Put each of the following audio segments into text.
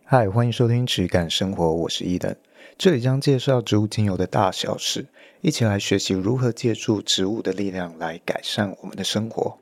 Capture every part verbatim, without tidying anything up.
嗨，欢迎收听质感生活，我是伊登，这里将介绍植物精油的大小事，一起来学习如何借助植物的力量来改善我们的生活。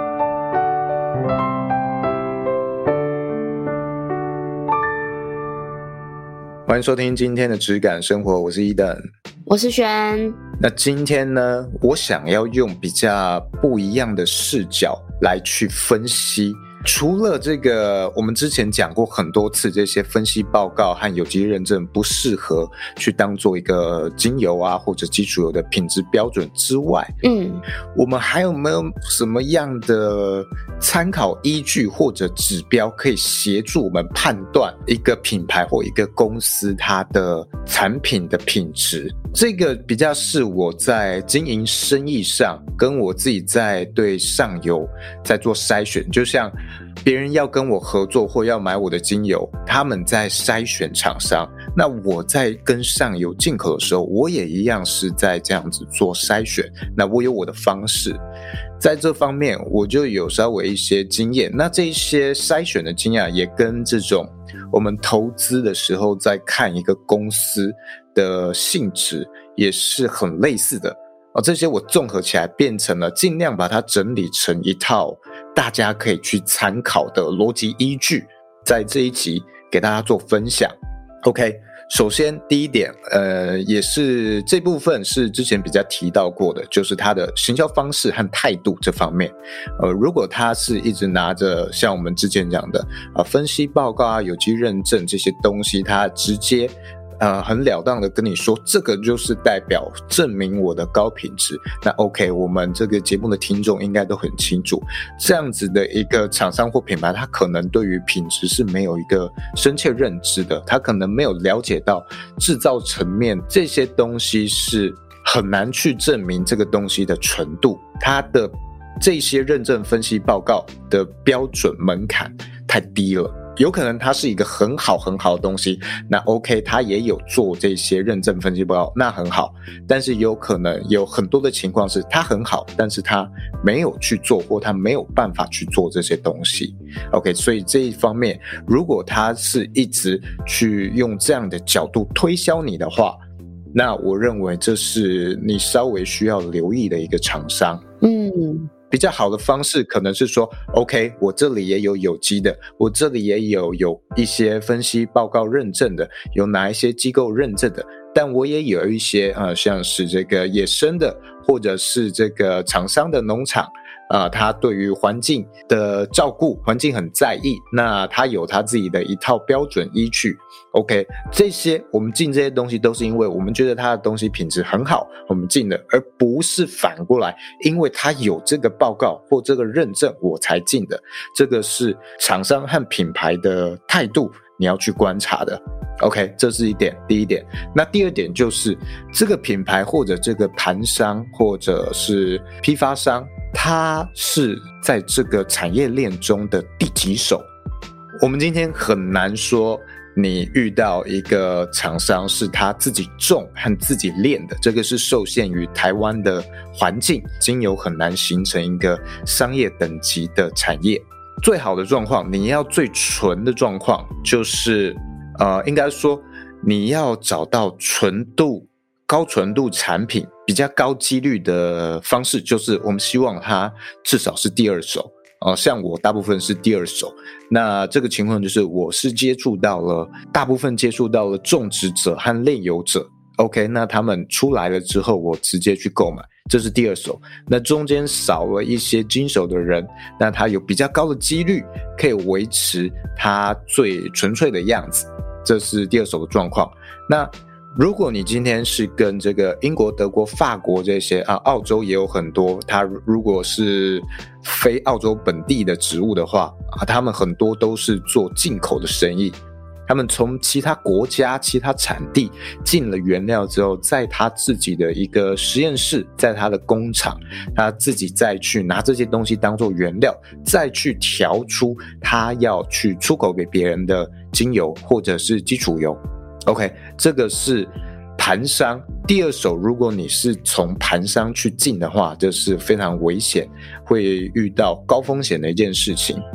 欢迎收听今天的质感生活，我是伊登， 我是璇。 那今天呢，我想要用比较不一样的视角来去分析，除了这个我们之前讲过很多次，这些分析报告和有机认证不适合去当做一个精油啊或者基础油的品质标准之外，嗯，我们还有没有什么样的参考依据或者指标可以协助我们判断一个品牌或一个公司它的产品的品质？这个比较是我在经营生意上跟我自己在对上游在做筛选，就像别人要跟我合作或要买我的精油，他们在筛选厂商，那我在跟上游进口的时候，我也一样是在这样子做筛选，那我有我的方式，在这方面我就有稍微一些经验，那这些筛选的经验也跟这种我们投资的时候在看一个公司的性质也是很类似的、哦、这些我综合起来变成了尽量把它整理成一套大家可以去参考的逻辑依据，在这一集给大家做分享。 OK， 首先第一点呃，也是这部分是之前比较提到过的，就是它的行销方式和态度这方面。呃，如果他是一直拿着像我们之前讲的、呃、分析报告啊、有机认证这些东西，他直接呃，很了当的跟你说这个就是代表证明我的高品质，那 OK， 我们这个节目的听众应该都很清楚，这样子的一个厂商或品牌，他可能对于品质是没有一个深切认知的，他可能没有了解到制造层面这些东西是很难去证明这个东西的纯度，它的这些认证分析报告的标准门槛太低了，有可能它是一个很好很好的东西，那 OK， 它也有做这些认证分析报告，那很好，但是有可能有很多的情况是它很好，但是它没有去做，或它没有办法去做这些东西。 OK， 所以这一方面如果它是一直去用这样的角度推销你的话，那我认为这是你稍微需要留意的一个厂商。嗯，比较好的方式可能是说 OK， 我这里也有有机的，我这里也有有一些分析报告认证的，有哪一些机构认证的，但我也有一些呃，像是这个野生的，或者是这个厂商的农场呃，他对于环境的照顾，环境很在意，那他有他自己的一套标准依据。 OK， 这些我们进这些东西都是因为我们觉得他的东西品质很好，我们进的，而不是反过来因为他有这个报告或这个认证我才进的，这个是厂商和品牌的态度你要去观察的。 OK， 这是一点，第一点。那第二点就是这个品牌或者这个盘商或者是批发商，他是在这个产业链中的第几手。我们今天很难说你遇到一个厂商是他自己种和自己炼的，这个是受限于台湾的环境，精油很难形成一个商业等级的产业。最好的状况，你要最纯的状况，就是呃，应该说你要找到纯度高纯度产品比较高几率的方式，就是我们希望它至少是第二手。呃，像我大部分是第二手，那这个情况就是我是接触到了大部分接触到了种植者和炼油者。 OK， 那他们出来了之后我直接去购买，这是第二手。那中间少了一些经手的人，那他有比较高的几率可以维持他最纯粹的样子，这是第二手的状况。那如果你今天是跟这个英国、德国、法国这些啊，澳洲也有很多，它如果是非澳洲本地的植物的话啊，他们很多都是做进口的生意，他们从其他国家、其他产地进了原料之后，在他自己的一个实验室，在他的工厂，他自己再去拿这些东西当做原料，再去调出他要去出口给别人的精油或者是基础油。OK， 这个是盘商。第二手，如果你是从盘商去进的话，这是非常危险，会遇到高风险的一件事情。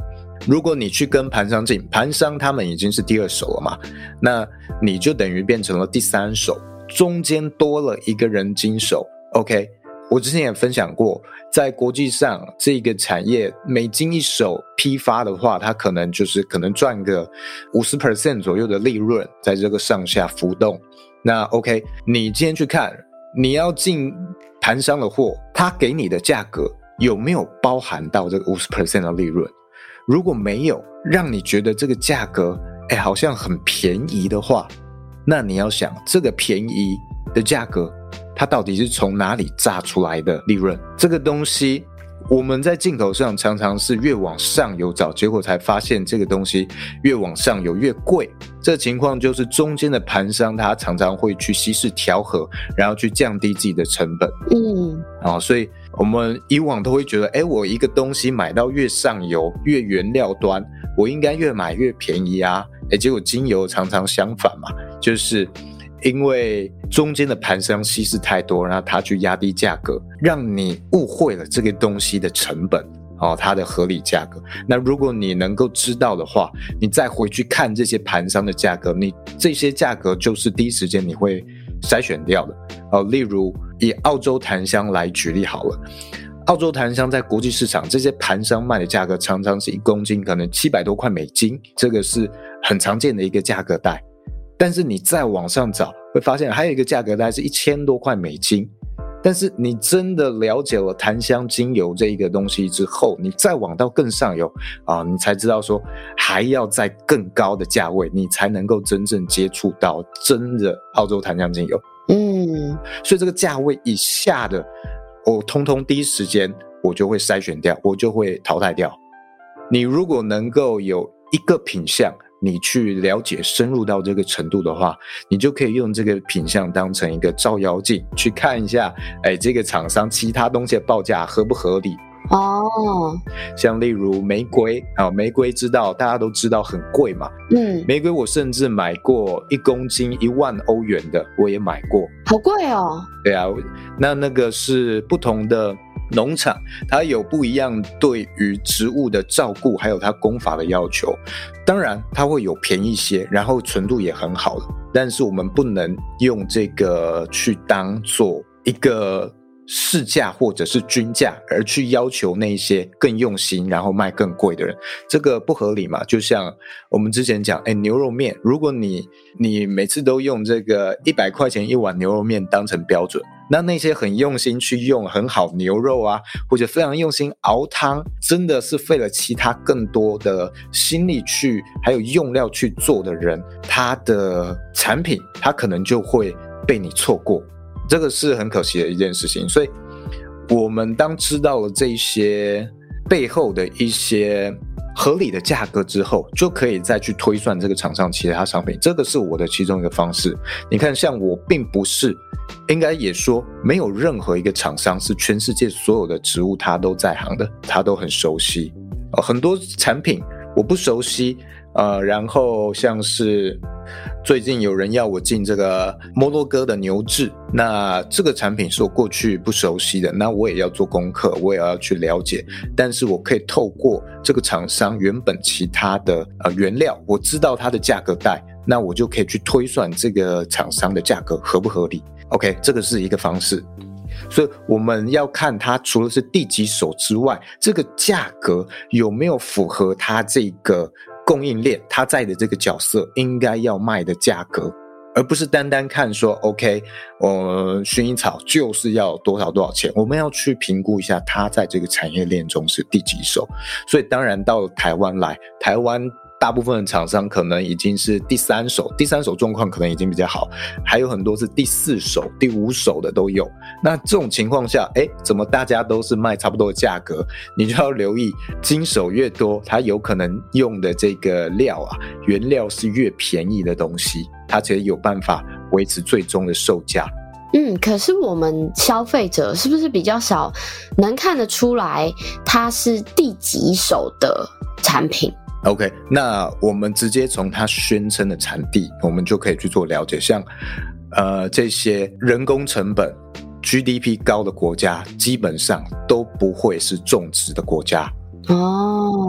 如果你去跟盘商进，盘商他们已经是第二手了嘛，那你就等于变成了第三手，中间多了一个人经手。 OK， 我之前也分享过，在国际上这个产业每经一手批发的话，它可能就是可能赚个 百分之五十 左右的利润，在这个上下浮动。那 OK， 你今天去看你要进盘商的货，他给你的价格有没有包含到这个 百分之五十 的利润？如果没有，让你觉得这个价格哎好像很便宜的话，那你要想这个便宜的价格它到底是从哪里榨出来的利润？这个东西我们在进口上常常是越往上游找，结果才发现这个东西越往上游越贵。这个情况就是中间的盘商他常常会去稀释调和，然后去降低自己的成本。嗯，哦，所以我们以往都会觉得，哎，我一个东西买到越上游越原料端，我应该越买越便宜啊。哎，结果精油常常相反嘛，就是因为中间的盘商稀释太多，然后他去压低价格，让你误会了这个东西的成本，哦，它的合理价格。那如果你能够知道的话，你再回去看这些盘商的价格，你这些价格就是第一时间你会筛选掉的。哦，例如以澳洲檀香来举例好了，澳洲檀香在国际市场这些盘商卖的价格常常是一公斤可能七百多块美金，这个是很常见的一个价格带。但是你再往上找会发现还有一个价格带是一千多块美金。但是你真的了解了檀香精油这一个东西之后，你再往到更上游啊，你才知道说还要在更高的价位你才能够真正接触到真的澳洲檀香精油。嗯，所以这个价位以下的我通通第一时间我就会筛选掉，我就会淘汰掉。你如果能够有一个品项你去了解深入到这个程度的话，你就可以用这个品项当成一个照妖镜，去看一下哎，这个厂商其他东西的报价合不合理。哦，像例如玫瑰啊，玫瑰知道大家都知道很贵嘛，嗯，玫瑰我甚至买过一公斤一万欧元的，我也买过， 好贵哦。 对啊，那那个是不同的农场，它有不一样对于植物的照顾，还有它工法的要求。当然它会有便宜些，然后纯度也很好的，但是我们不能用这个去当做一个市价或者是均价，而去要求那些更用心然后卖更贵的人，这个不合理嘛。就像我们之前讲，哎，牛肉面，如果你你每次都用这个一百块钱一碗牛肉面当成标准，那那些很用心去用很好牛肉啊，或者非常用心熬汤，真的是费了其他更多的心力去还有用料去做的人，他的产品他可能就会被你错过，这个是很可惜的一件事情。所以我们当知道了这些背后的一些合理的价格之后，就可以再去推算这个厂商其他商品，这个是我的其中一个方式。你看，像我并不是，应该也说没有任何一个厂商是全世界所有的植物他都在行的，他都很熟悉、呃、很多产品我不熟悉，呃，然后像是最近有人要我进这个摩洛哥的牛至，那这个产品是我过去不熟悉的，那我也要做功课，我也要去了解，但是我可以透过这个厂商原本其他的呃原料，我知道它的价格带，那我就可以去推算这个厂商的价格合不合理。 OK， 这个是一个方式。所以我们要看它除了是第几手之外，这个价格有没有符合它这个供应链它在的这个角色应该要卖的价格，而不是单单看说 OK 呃，薰衣草就是要多少多少钱，我们要去评估一下它在这个产业链中是第几手。所以当然到了台湾来，台湾大部分的厂商可能已经是第三手，第三手状况可能已经比较好，还有很多是第四手第五手的都有。那这种情况下，诶，怎么大家都是卖差不多的价格，你就要留意经手越多，它有可能用的这个料啊，原料是越便宜的东西，它才有办法维持最终的售价。 嗯，可是我们消费者是不是比较少能看得出来它是第几手的产品 ？OK， 那我们直接从它宣称的产地，我们就可以去做了解。像呃这些人工成本 G D P 高的国家，基本上都不会是种植的国家。哦，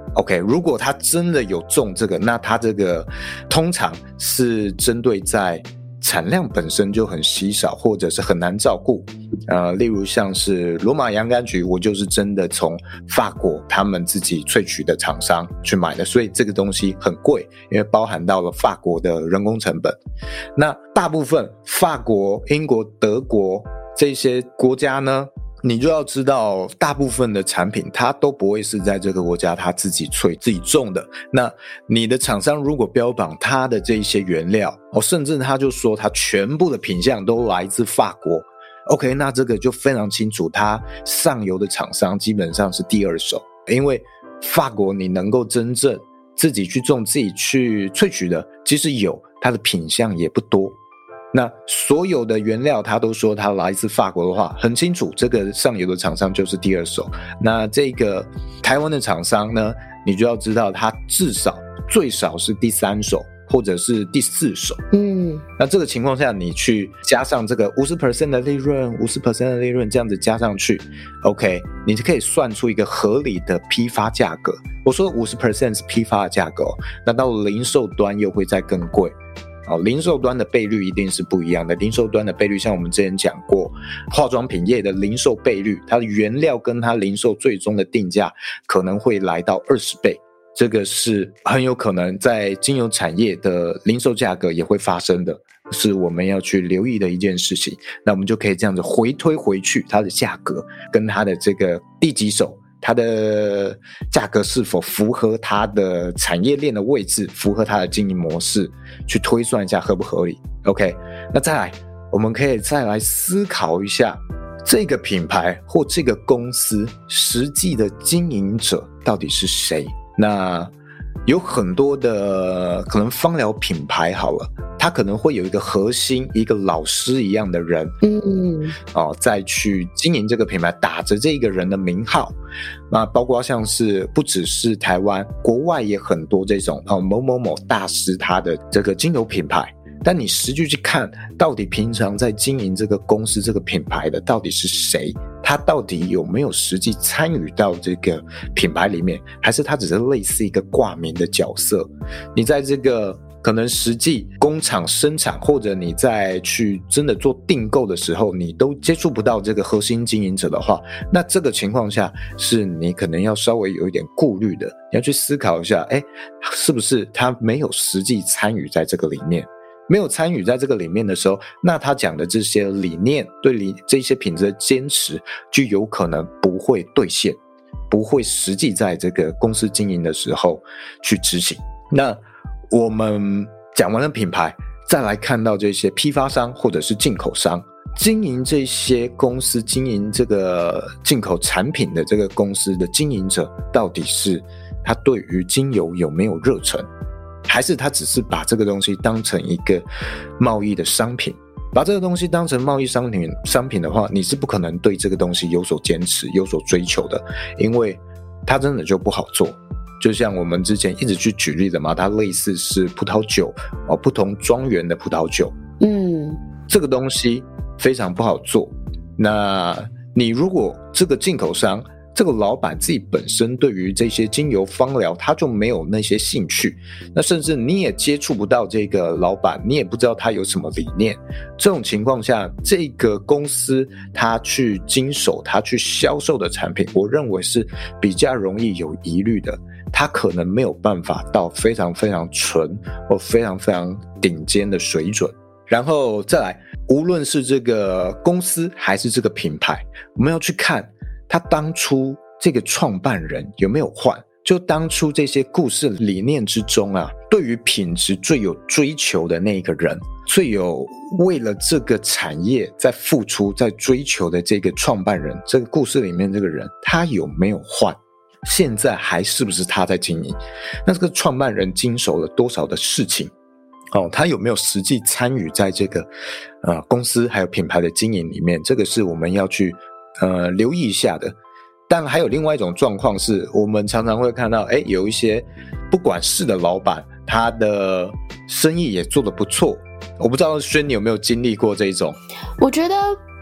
OK， 如果他真的有中这个，那他这个通常是针对在产量本身就很稀少，或者是很难照顾。呃，例如像是罗马洋甘菊，我就是真的从法国他们自己萃取的厂商去买的，所以这个东西很贵，因为包含到了法国的人工成本。那大部分法国、英国、德国这些国家呢，你就要知道大部分的产品它都不会是在这个国家它自己萃自己种的。那你的厂商如果标榜它的这一些原料、哦、甚至他就说它全部的品项都来自法国， OK， 那这个就非常清楚，它上游的厂商基本上是第二手，因为法国你能够真正自己去种自己去萃取的其实有，它的品项也不多。那所有的原料他都说它来自法国的话，很清楚这个上游的厂商就是第二手。那这个台湾的厂商呢，你就要知道它至少最少是第三手或者是第四手。 嗯， 那这个情况下你去加上这个 百分之五十 的利润 百分之五十 的利润这样子加上去， OK， 你就可以算出一个合理的批发价格。我说 百分之五十 是批发的价格、哦、那到零售端又会再更贵。哦，零售端的倍率一定是不一样的。零售端的倍率，像我们之前讲过，化妆品业的零售倍率，它的原料跟它零售最终的定价可能会来到二十倍，这个是很有可能在精油产业的零售价格也会发生的，是我们要去留意的一件事情。那我们就可以这样子回推回去，它的价格跟它的这个第几手，它的价格是否符合它的产业链的位置，符合它的经营模式，去推算一下合不合理。 OK， 那再来我们可以再来思考一下，这个品牌或这个公司实际的经营者到底是谁。那有很多的可能芳疗品牌好了，他可能会有一个核心一个老师一样的人， 嗯， 哦，再去经营这个品牌，打着这个人的名号。那包括像是不只是台湾，国外也很多这种、哦、某某某大师他的这个精油品牌。但你实际去看，到底平常在经营这个公司这个品牌的到底是谁，他到底有没有实际参与到这个品牌里面，还是他只是类似一个挂名的角色。你在这个可能实际工厂生产，或者你在去真的做订购的时候，你都接触不到这个核心经营者的话，那这个情况下是你可能要稍微有一点顾虑的，你要去思考一下，诶，是不是他没有实际参与在这个里面。没有参与在这个里面的时候，那他讲的这些理念，对理这些品质的坚持，就有可能不会兑现，不会实际在这个公司经营的时候去执行。那我们讲完了品牌，再来看到这些批发商或者是进口商，经营这些公司，经营这个进口产品的这个公司的经营者，到底是他对于精油有没有热忱，还是他只是把这个东西当成一个贸易的商品。把这个东西当成贸易商品商品的话，你是不可能对这个东西有所坚持有所追求的，因为它真的就不好做。就像我们之前一直去举例的嘛，它类似是葡萄酒、哦、不同庄园的葡萄酒， 嗯， 这个东西非常不好做。那你如果这个进口商，这个老板自己本身对于这些精油芳疗他就没有那些兴趣，那甚至你也接触不到这个老板，你也不知道他有什么理念，这种情况下，这个公司他去经手他去销售的产品，我认为是比较容易有疑虑的，他可能没有办法到非常非常纯或非常非常顶尖的水准。然后再来，无论是这个公司还是这个品牌，我们要去看他当初这个创办人有没有换，就当初这些故事理念之中啊，对于品质最有追求的那个人，最有为了这个产业在付出在追求的这个创办人，这个故事里面这个人他有没有换，现在还是不是他在经营，那这个创办人经手了多少的事情，哦，他有没有实际参与在这个呃公司还有品牌的经营里面，这个是我们要去呃留意一下的。但还有另外一种状况是，我们常常会看到，诶，有一些不管事的老板，他的生意也做得不错。我不知道轩你有没有经历过这一种？ 我觉得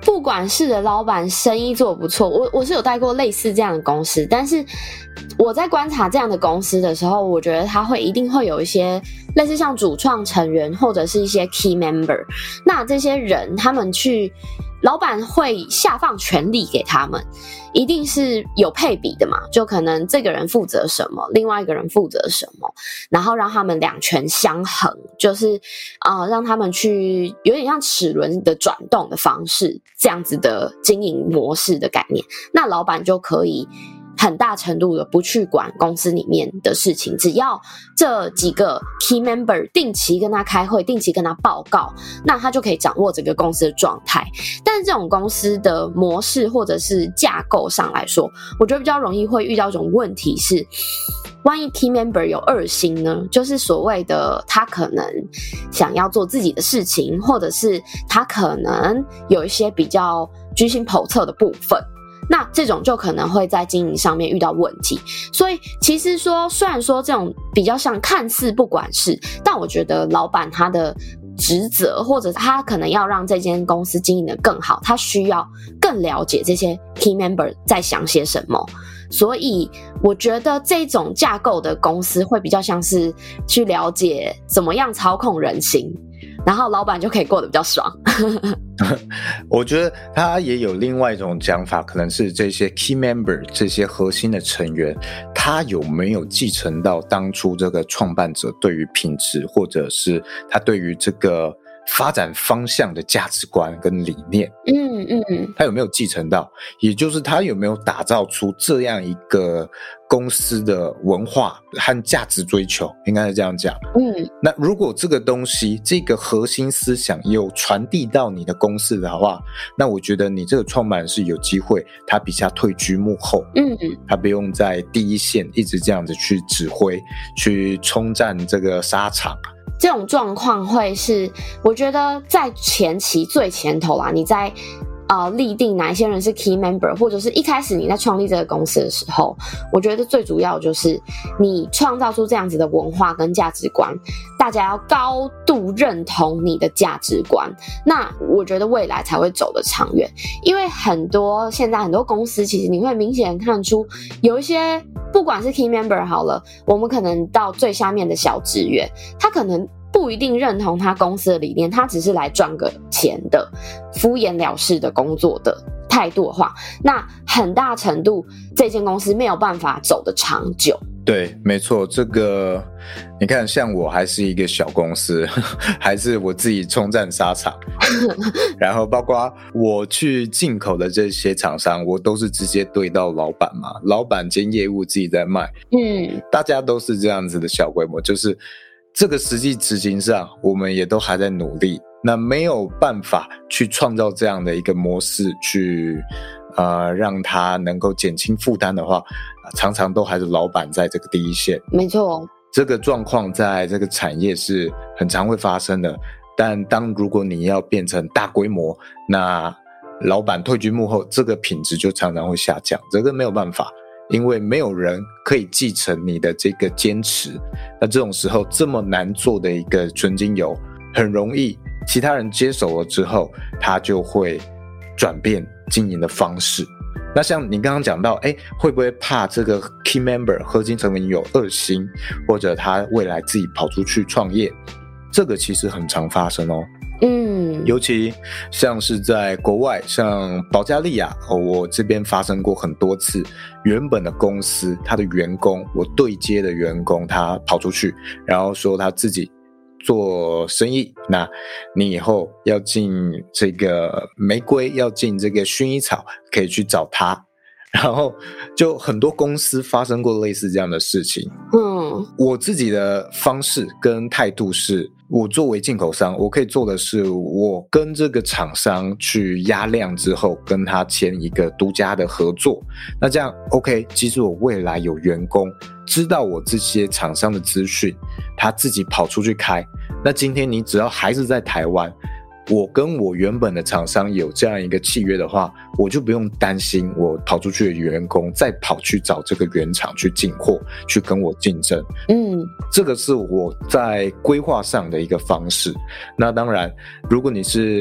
不管是的老板生意做得不错，我我是有带过类似这样的公司，但是我在观察这样的公司的时候，我觉得他会一定会有一些类似像主创成员或者是一些 key member， 那这些人他们去老板会下放权力给他们，一定是有配比的嘛，就可能这个人负责什么，另外一个人负责什么，然后让他们两权相衡，就是呃让他们去有点像齿轮的转动的方式，这样子的经营模式的概念，那老板就可以很大程度的不去管公司里面的事情，只要这几个 key member 定期跟他开会，定期跟他报告，那他就可以掌握整个公司的状态。但是这种公司的模式或者是架构上来说，我觉得比较容易会遇到一种问题是，万一 key member 有二心呢，就是所谓的他可能想要做自己的事情，或者是他可能有一些比较居心叵测的部分，那这种就可能会在经营上面遇到问题。所以其实说，虽然说这种比较像看似不管事，但我觉得老板他的职责，或者他可能要让这间公司经营得更好，他需要更了解这些 key member 在想些什么。所以我觉得这种架构的公司会比较像是去了解怎么样操控人心，然后老板就可以过得比较爽。 我觉得他也有另外一种讲法，可能是这些 key member 这些核心的成员，他有没有继承到当初这个创办者对于品质，或者是他对于这个发展方向的价值观跟理念， 嗯嗯， 他有没有继承到，也就是他有没有打造出这样一个公司的文化和价值追求，应该是这样讲。 嗯， 那如果这个东西，这个核心思想有传递到你的公司的话，那我觉得你这个创办人是有机会，他比较退居幕后， 嗯， 他不用在第一线一直这样子去指挥，去冲战这个沙场。 这种状况会是，我觉得在前期最前头啦，你在呃立定哪一些人是 key member， 或者是一开始你在创立这个公司的时候，我觉得最主要就是你创造出这样子的文化跟价值观，大家要高度认同你的价值观，那我觉得未来才会走得长远。因为很多现在很多公司，其实你会明显看出有一些不管是 key member 好了，我们可能到最下面的小职员，他可能不一定认同他公司的理念，他只是来赚个钱的，敷衍了事的工作的态度的话，那很大程度这间公司没有办法走得长久。 对，没错，这个你看，像我还是一个小公司，还是我自己冲战沙场，然后包括我去进口的这些厂商，我都是直接对到老板嘛，老板兼业务自己在卖，嗯，大家都是这样子的小规模，就是这个实际执行上，我们也都还在努力，那没有办法去创造这样的一个模式去。呃，让他能够减轻负担的话，常常都还是老板在这个第一线。 没错， 这个状况在这个产业是很常会发生的。但当如果你要变成大规模，那老板退居幕后，这个品质就常常会下降。这个没有办法，因为没有人可以继承你的这个坚持。那这种时候，这么难做的一个纯精油，很容易其他人接手了之后，他就会转变经营的方式。那像你刚刚讲到，哎，会不会怕这个 key member 核心成员有二心，或者他未来自己跑出去创业？这个其实很常发生哦。嗯，尤其像是在国外，像保加利亚，哦，我这边发生过很多次，原本的公司他的员工，我对接的员工，他跑出去，然后说他自己做生意，那你以后要进这个玫瑰，要进这个薰衣草，可以去找他。然后就很多公司发生过类似这样的事情。嗯，我自己的方式跟态度是，我作为进口商，我可以做的是，我跟这个厂商去压量之后，跟他签一个独家的合作。那这样 OK， 其实我未来有员工知道我这些厂商的资讯，他自己跑出去开。那今天你只要还是在台湾，我跟我原本的厂商有这样一个契约的话，我就不用担心我跑出去的员工再跑去找这个原厂去进货，去跟我竞争。嗯，这个是我在规划上的一个方式。那当然，如果你是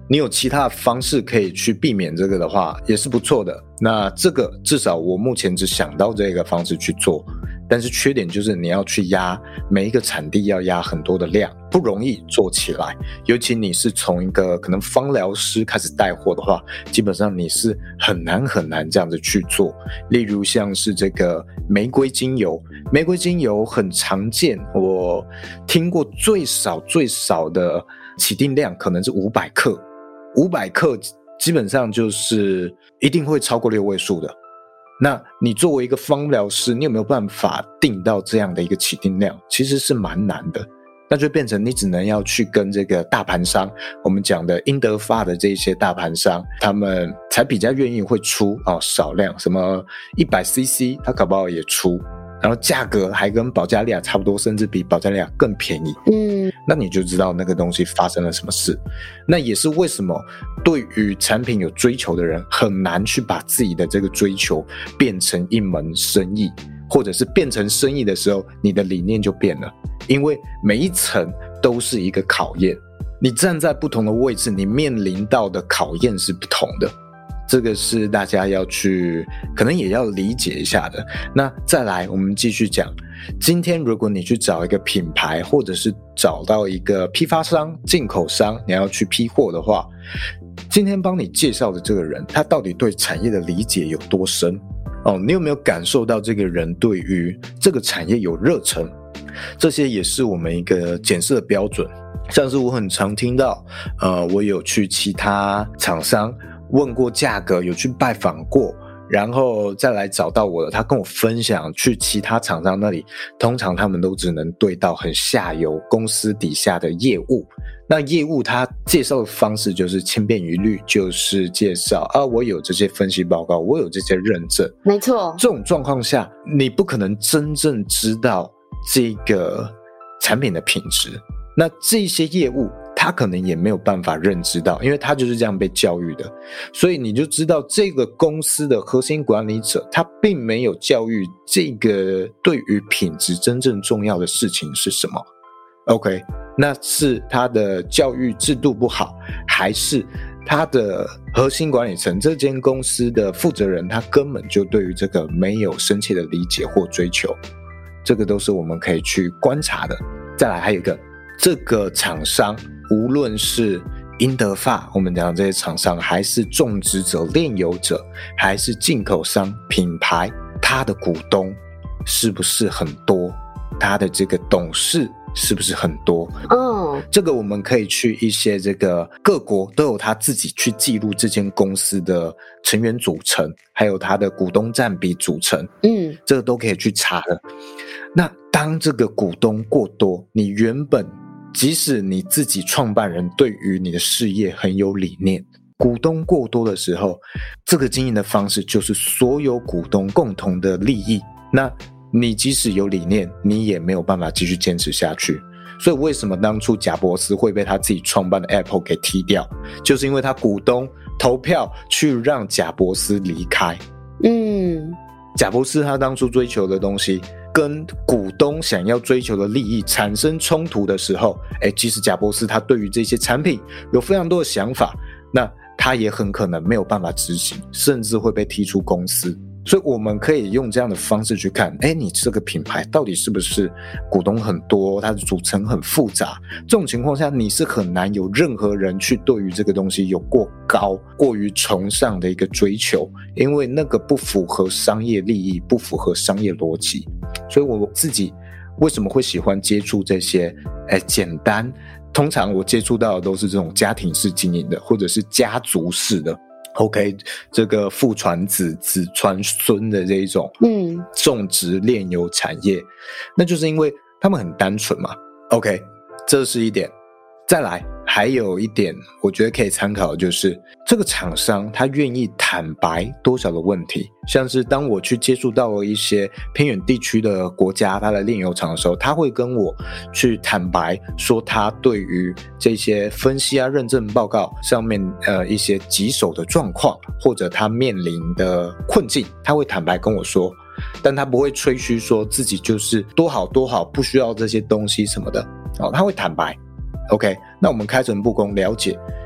你有其他的方式可以去避免这个的话，也是不错的。那这个至少我目前只想到这个方式去做，但是缺点就是你要去压每一个产地，要压很多的量，不容易做起来。尤其你是从一个可能芳疗师开始带货的话，基本上你是很难很难这样子去做。例如像是这个玫瑰精油，玫瑰精油很常见，我听过最少最少的起订量可能是五百克，五百克基本上就是一定会超过六位数的。那你作为一个芳疗师，你有没有办法定到这样的一个起订量？其实是蛮难的，那就变成你只能要去跟这个大盘商，我们讲的英德法的这些大盘商，他们才比较愿意会出、哦、少量，什么 一百 C C 他搞不好也出，然后价格还跟保加利亚差不多，甚至比保加利亚更便宜。嗯，那你就知道那个东西发生了什么事。那也是为什么对于产品有追求的人很难去把自己的这个追求变成一门生意，或者是变成生意的时候，你的理念就变了。因为每一层都是一个考验，你站在不同的位置，你面临到的考验是不同的。这个是大家要去可能也要理解一下的。那再来我们继续讲，今天如果你去找一个品牌，或者是找到一个批发商、进口商，你要去批货的话，今天帮你介绍的这个人，他到底对产业的理解有多深？哦，你有没有感受到这个人对于这个产业有热忱？这些也是我们一个检视的标准。像是我很常听到呃，我有去其他厂商问过价格，有去拜访过，然后再来找到我的，他跟我分享去其他厂商那里，通常他们都只能对到很下游公司底下的业务。那业务他介绍的方式就是千篇一律，就是介绍啊，我有这些分析报告，我有这些认证。 没错， 这种状况下，你不可能真正知道这个产品的品质。那这些业务他可能也没有办法认知到，因为他就是这样被教育的。所以你就知道这个公司的核心管理者，他并没有教育这个对于品质真正重要的事情是什么。 OK， 那是他的教育制度不好，还是他的核心管理层这间公司的负责人，他根本就对于这个没有深切的理解或追求？这个都是我们可以去观察的。再来还有一个，这个厂商无论是英德法，我们讲这些厂商，还是种植者、炼油者，还是进口商、品牌，他的股东是不是很多？他的这个董事是不是很多？嗯，这个我们可以去一些这个各国都有他自己去记录这间公司的成员组成，还有他的股东占比组成，嗯，这个都可以去查的。那当这个股东过多，你原本即使你自己创办人对于你的事业很有理念，股东过多的时候，这个经营的方式就是所有股东共同的利益。那你即使有理念，你也没有办法继续坚持下去。所以为什么当初贾伯斯会被他自己创办的 Apple 给踢掉，就是因为他股东投票去让贾伯斯离开。嗯，贾伯斯他当初追求的东西跟股东想要追求的利益产生冲突的时候，诶，即使贾伯斯他对于这些产品有非常多的想法，那他也很可能没有办法执行，甚至会被踢出公司。所以我们可以用这样的方式去看，诶，你这个品牌到底是不是股东很多，它的组成很复杂，这种情况下你是很难有任何人去对于这个东西有过高过于崇尚的一个追求，因为那个不符合商业利益，不符合商业逻辑。所以我自己为什么会喜欢接触这些诶简单，通常我接触到的都是这种家庭式经营的，或者是家族式的OK， 这个父传子子传孙的这一种嗯种植炼油产业，那就是因为他们很单纯嘛。 OK， 这是一点。再来还有一点我觉得可以参考的就是这个厂商他愿意坦白多少的问题。像是当我去接触到了一些偏远地区的国家他的炼油厂的时候，他会跟我去坦白说他对于这些分析啊认证报告上面呃一些棘手的状况或者他面临的困境，他会坦白跟我说，但他不会吹嘘说自己就是多好多好不需要这些东西什么的、哦、他会坦白。OK， 那我们开诚布公了解，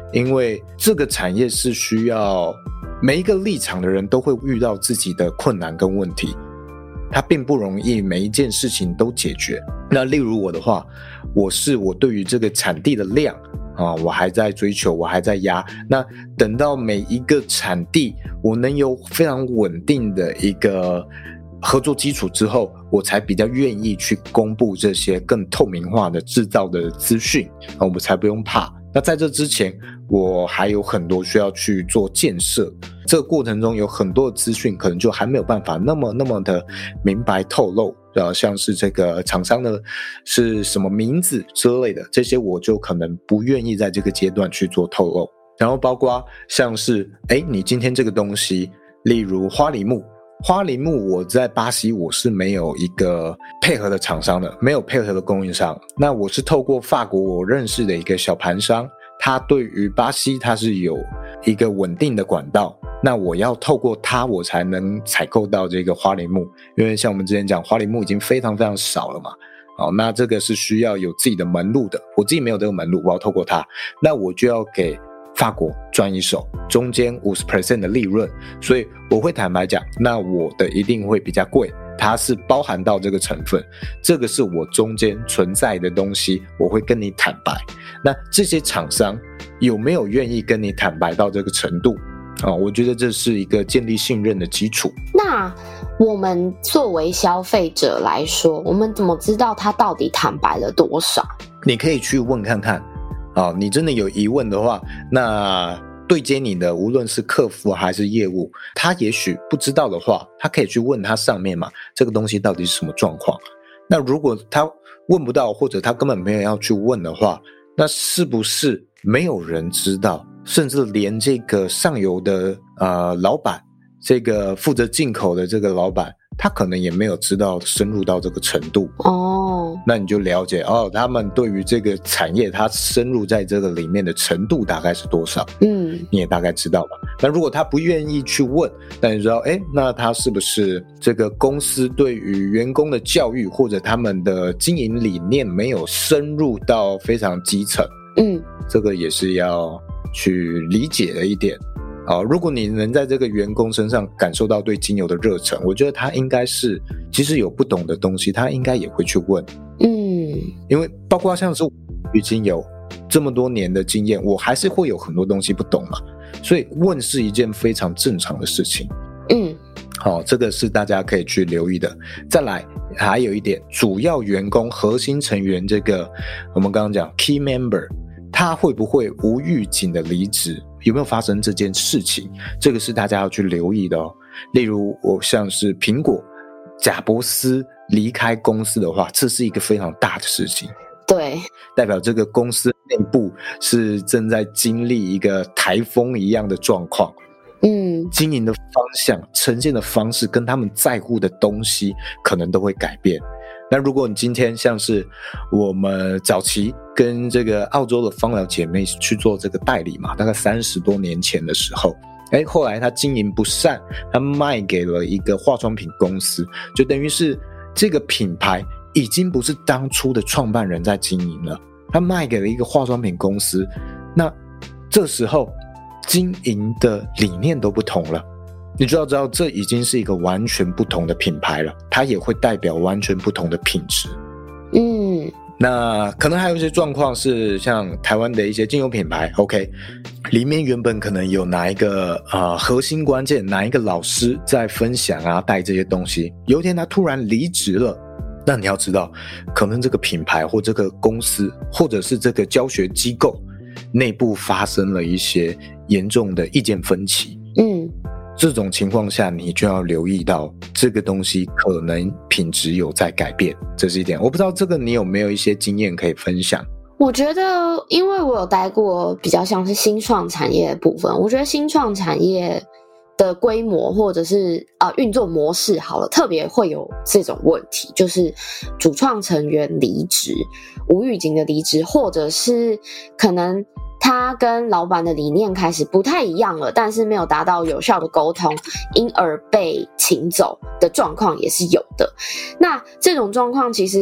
因为这个产业是需要每一个立场的人都会遇到自己的困难跟问题，它并不容易每一件事情都解决。那例如我的话，我是我对于这个产地的量啊，我还在追求，我还在压。那等到每一个产地我能有非常稳定的一个合作基础之后，我才比较愿意去公布这些更透明化的制造的资讯，我们才不用怕。那在这之前，我还有很多需要去做建设，这个过程中有很多的资讯可能就还没有办法那么那么的明白透露，呃，像是这个厂商的是什么名字之类的，这些我就可能不愿意在这个阶段去做透露。然后包括像是诶你今天这个东西，例如花梨木花梨木我在巴西我是没有一个配合的厂商的，没有配合的供应商，那我是透过法国我认识的一个小盘商，他对于巴西他是有一个稳定的管道，那我要透过他我才能采购到这个花梨木，因为像我们之前讲花梨木已经非常非常少了嘛，好，那这个是需要有自己的门路的，我自己没有这个门路，我要透过他，那我就要给法国赚一手，中间 百分之五十 的利润，所以我会坦白讲，那我的一定会比较贵，它是包含到这个成分，这个是我中间存在的东西，我会跟你坦白。那这些厂商有没有愿意跟你坦白到这个程度啊？我觉得这是一个建立信任的基础。 那我们作为消费者来说，我们怎么知道他到底坦白了多少？ 你可以去问看看啊，你真的有疑问的话，那对接你的无论是客服还是业务，他也许不知道的话，他可以去问他上面嘛，这个东西到底是什么状况。那如果他问不到，或者他根本没有要去问的话，那是不是没有人知道，甚至连这个上游的呃老板，这个负责进口的这个老板，他可能也没有知道深入到这个程度哦， 那你就了解哦，他们对于这个产业，他深入在这个里面的程度大概是多少？嗯，你也大概知道吧？那如果他不愿意去问，那你知道，哎，那他是不是这个公司对于员工的教育或者他们的经营理念没有深入到非常基层？嗯，这个也是要去理解的一点。好，如果你能在这个员工身上感受到对精油的热忱，我觉得他应该是即使有不懂的东西，他应该也会去问。嗯，因为包括像是与精油这么多年的经验，我还是会有很多东西不懂嘛，所以问是一件非常正常的事情。嗯，好，这个是大家可以去留意的。再来还有一点，主要员工核心成员，这个我们刚刚讲 key member， 他会不会无预警的离职，有没有发生这件事情，这个是大家要去留意的哦。例如我像是苹果贾伯斯离开公司的话，这是一个非常大的事情， 对， 代表这个公司内部是正在经历一个台风一样的状况。嗯，经营的方向呈现的方式跟他们在乎的东西可能都会改变。那如果你今天像是我们早期跟这个澳洲的芳疗姐妹去做这个代理嘛，大概三十多年前的时候，诶，后来他经营不善，他卖给了一个化妆品公司，就等于是这个品牌已经不是当初的创办人在经营了，他卖给了一个化妆品公司，那这时候经营的理念都不同了，你就要知道这已经是一个完全不同的品牌了，它也会代表完全不同的品质。嗯，那可能还有一些状况是像台湾的一些精油品牌 OK， 里面原本可能有哪一个呃核心关键，哪一个老师在分享啊带这些东西，有一天他突然离职了，那你要知道可能这个品牌或这个公司或者是这个教学机构内部发生了一些严重的意见分歧。嗯，这种情况下你就要留意到这个东西可能品质有在改变，这是一点。我不知道这个你有没有一些经验可以分享。 我觉得因为我有待过比较像是新创产业的部分，我觉得新创产业的规模或者是呃运作模式好了，特别会有这种问题，就是主创成员离职，无预警的离职，或者是可能他跟老板的理念开始不太一样了，但是没有达到有效的沟通，因而被请走的状况也是有的。那这种状况其实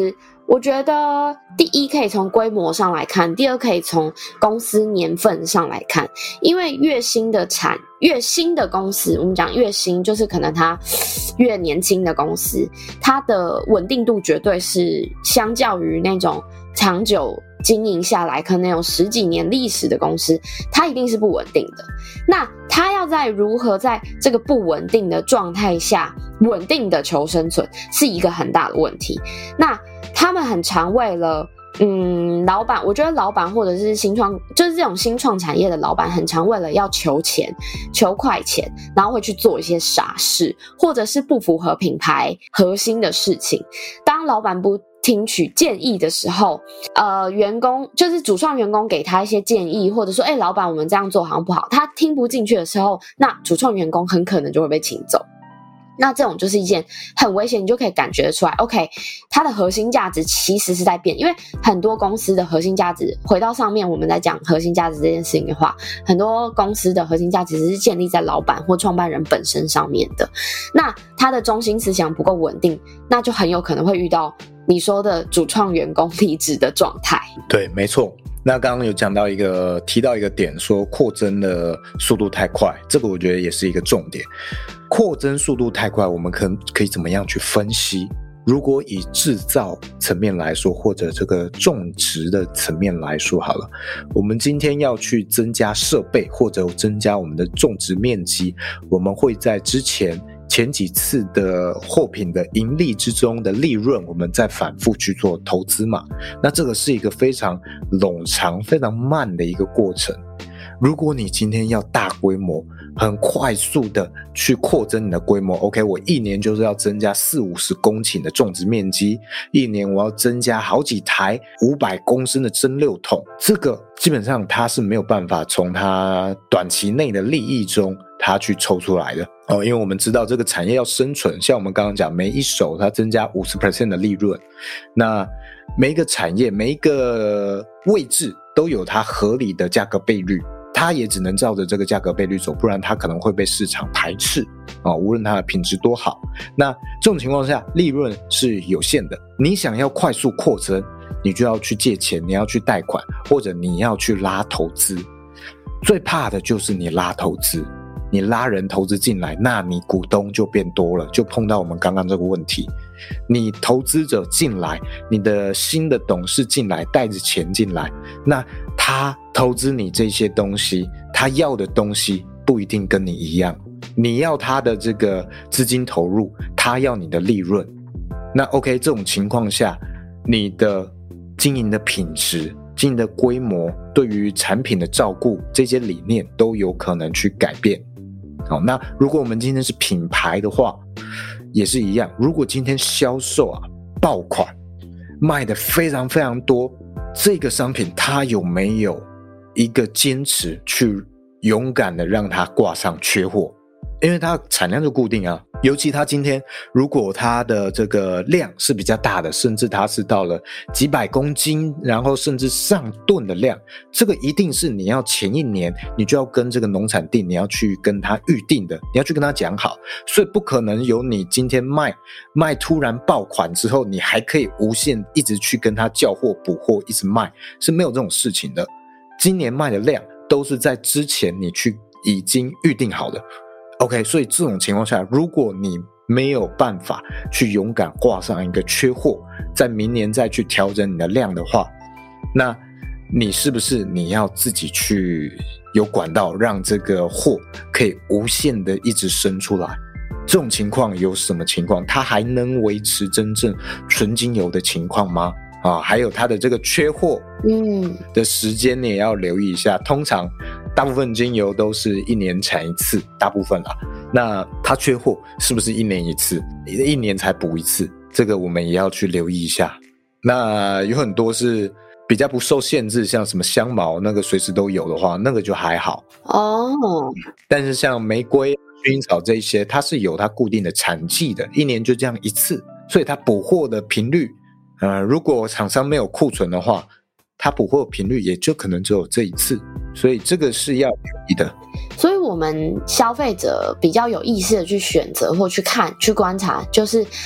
我觉得第一可以从规模上来看，第二可以从公司年份上来看，因为越新的产越新的公司，我们讲越新就是可能它越年轻的公司，它的稳定度绝对是相较于那种长久经营下来可能有十几年历史的公司，它一定是不稳定的。那它要在如何在这个不稳定的状态下稳定的求生存，是一个很大的问题。那他们很常为了嗯，老板，我觉得老板或者是新创，就是这种新创产业的老板，很常为了要求钱、求快钱，然后会去做一些傻事，或者是不符合品牌核心的事情。当老板不听取建议的时候，呃，员工就是主创员工给他一些建议，或者说，哎，老板，我们这样做好像不好，他听不进去的时候，那主创员工很可能就会被请走。那这种就是一件很危险，你就可以感觉得出来 OK 它的核心价值其实是在变，因为很多公司的核心价值，回到上面我们在讲核心价值这件事情的话，很多公司的核心价值是建立在老板或创办人本身上面的。那他的中心思想不够稳定，那就很有可能会遇到你说的主创员工离职的状态。 对，没错。那刚刚有讲到一个提到一个点，说扩增的速度太快，这个我觉得也是一个重点。扩增速度太快，我们可可以怎么样去分析？如果以制造层面来说，或者这个种植的层面来说好了，我们今天要去增加设备或者增加我们的种植面积，我们会在之前前几次的货品的盈利之中的利润，我们再反复去做投资嘛。那这个是一个非常冗长、非常慢的一个过程。如果你今天要大规模、很快速的去扩增你的规模 ，OK， 我一年就是要增加四五十公顷的种植面积，一年我要增加好几台五百公升的蒸馏桶，这个基本上它是没有办法从它短期内的利益中它去抽出来的哦，因为我们知道这个产业要生存，像我们刚刚讲，每一手它增加 百分之五十 的利润，那每一个产业、每一个位置都有它合理的价格倍率。它也只能照着这个价格倍率走，不然它可能会被市场排斥啊、哦！无论它的品质多好，那这种情况下利润是有限的。你想要快速扩增，你就要去借钱，你要去贷款，或者你要去拉投资。最怕的就是你拉投资，你拉人投资进来，那你股东就变多了，就碰到我们刚刚这个问题。你投资者进来，你的新的董事进来，带着钱进来，那他投资你这些东西，他要的东西不一定跟你一样，你要他的这个资金投入，他要你的利润。那 OK， 这种情况下，你的经营的品质、经营的规模，对于产品的照顾，这些理念都有可能去改变。好，那如果我们今天是品牌的话，也是一样，如果今天销售啊爆款，卖的非常非常多，这个商品它有没有一个坚持去勇敢的让它挂上缺货？因为它产量就固定啊，尤其它今天如果它的这个量是比较大的，甚至它是到了几百公斤，然后甚至上吨的量，这个一定是你要前一年你就要跟这个农产地你要去跟他预定的，你要去跟他讲好，所以不可能有你今天卖卖突然爆款之后，你还可以无限一直去跟他叫货补货一直卖，是没有这种事情的。今年卖的量都是在之前你去已经预定好的。OK， 所以这种情况下，如果你没有办法去勇敢挂上一个缺货，在明年再去调整你的量的话，那你是不是你要自己去有管道让这个货可以无限的一直生出来？这种情况有什么情况？它还能维持真正纯精油的情况吗？啊，还有它的这个缺货嗯的时间你也要留意一下。通常大部分精油都是一年产一次，大部分啦。那它缺货是不是一年一次，一年才补一次？这个我们也要去留意一下。那有很多是比较不受限制，像什么香茅那个随时都有的话，那个就还好哦。但是像玫瑰、薰衣草这一些，它是有它固定的产季的，一年就这样一次，所以它补货的频率呃，如果厂商没有库存的话，它补货频率也就可能只有这一次，所以这个是要留意的。 所以我们消费者比较有意识的去选择或去看、去观察，就是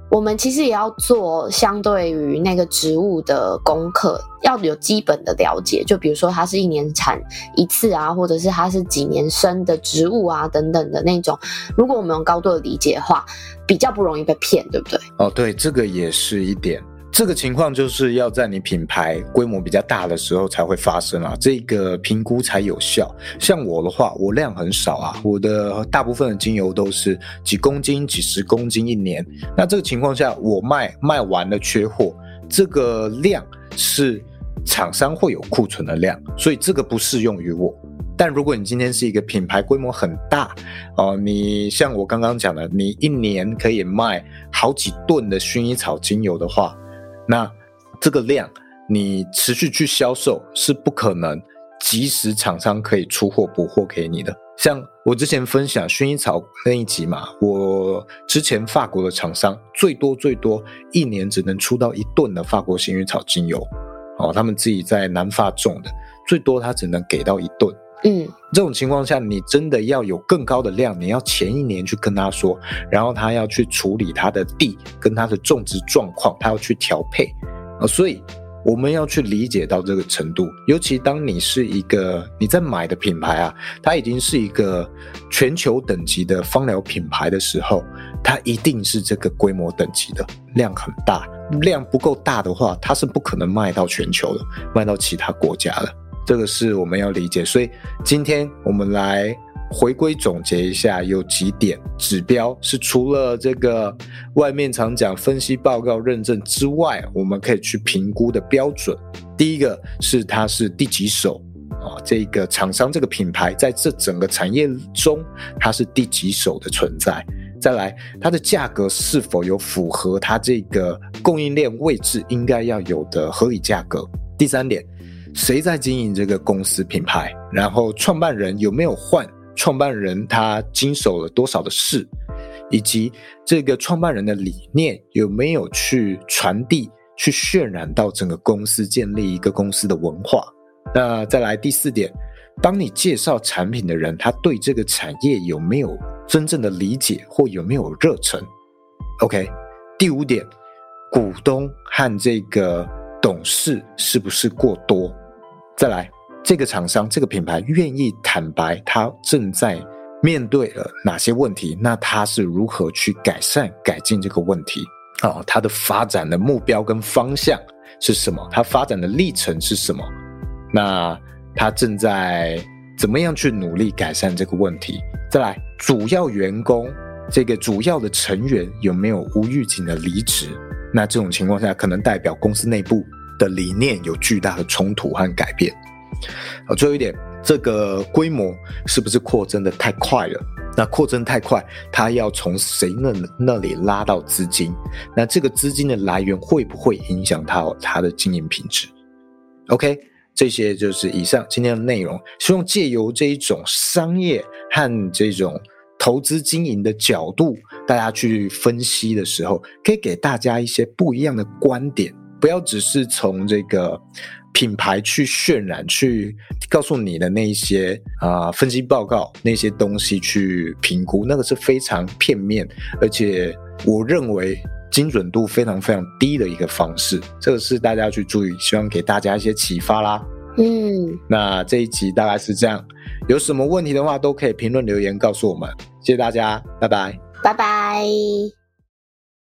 我们其实也要做相对于那个植物的功课，要有基本的了解，就比如说它是一年产一次啊，或者是它是几年生的植物啊等等的那种，如果我们有高度的理解的话，比较不容易被骗，对不对？ 哦，对，这个也是一点。这个情况就是要在你品牌规模比较大的时候才会发生啊，这个评估才有效。像我的话，我量很少啊，我的大部分的精油都是几公斤、几十公斤一年。那这个情况下，我卖卖完了缺货，这个量是厂商会有库存的量，所以这个不适用于我。但如果你今天是一个品牌规模很大哦，你像我刚刚讲的，你一年可以卖好几吨的薰衣草精油的话，那这个量你持续去销售是不可能即时厂商可以出货补货给你的。像我之前分享薰衣草那一集嘛，我之前法国的厂商最多最多一年只能出到一吨的法国薰衣草精油哦，他们自己在南法种的，最多他只能给到一吨。 嗯， 这种情况下你真的要有更高的量，你要前一年去跟他说，然后他要去处理他的地跟他的种植状况，他要去调配、呃、所以我们要去理解到这个程度。尤其当你是一个你在买的品牌啊，它已经是一个全球等级的芳疗品牌的时候，它一定是这个规模等级的，量很大，量不够大的话它是不可能卖到全球的，卖到其他国家的，这个是我们要理解。所以今天我们来回归总结一下，有几点指标是除了这个外面常讲分析报告认证之外，我们可以去评估的标准。第一个是它是第几手、哦、这个厂商这个品牌在这整个产业中它是第几手的存在。再来，它的价格是否有符合它这个供应链位置应该要有的合理价格。第三点，谁在经营这个公司品牌，然后创办人有没有换，创办人他经手了多少的事，以及这个创办人的理念有没有去传递去渲染到整个公司，建立一个公司的文化。那再来第四点，当你介绍产品的人他对这个产业有没有真正的理解或有没有热忱。 OK， 第五点，股东和这个董事是不是过多。再来，这个厂商这个品牌愿意坦白他正在面对了哪些问题，那他是如何去改善改进这个问题、哦、他的发展的目标跟方向是什么，他发展的历程是什么，那他正在怎么样去努力改善这个问题。再来，主要员工这个主要的成员有没有无预警的离职，那这种情况下可能代表公司内部的理念有巨大的冲突和改变。最后一点，这个规模是不是扩增的太快了，那扩增太快，它要从谁 那, 那里拉到资金，那这个资金的来源会不会影响它它的经营品质。 OK， 这些就是以上今天的内容，希望借由这一种商业和这种投资经营的角度，大家去分析的时候可以给大家一些不一样的观点，不要只是从这个品牌去渲染，去告诉你的那些、呃、分析报告那些东西去评估，那个是非常片面，而且我认为精准度非常非常低的一个方式，这个是大家要去注意，希望给大家一些启发啦。 嗯， 那这一集大概是这样，有什么问题的话都可以评论留言告诉我们，谢谢大家，拜拜， 拜拜。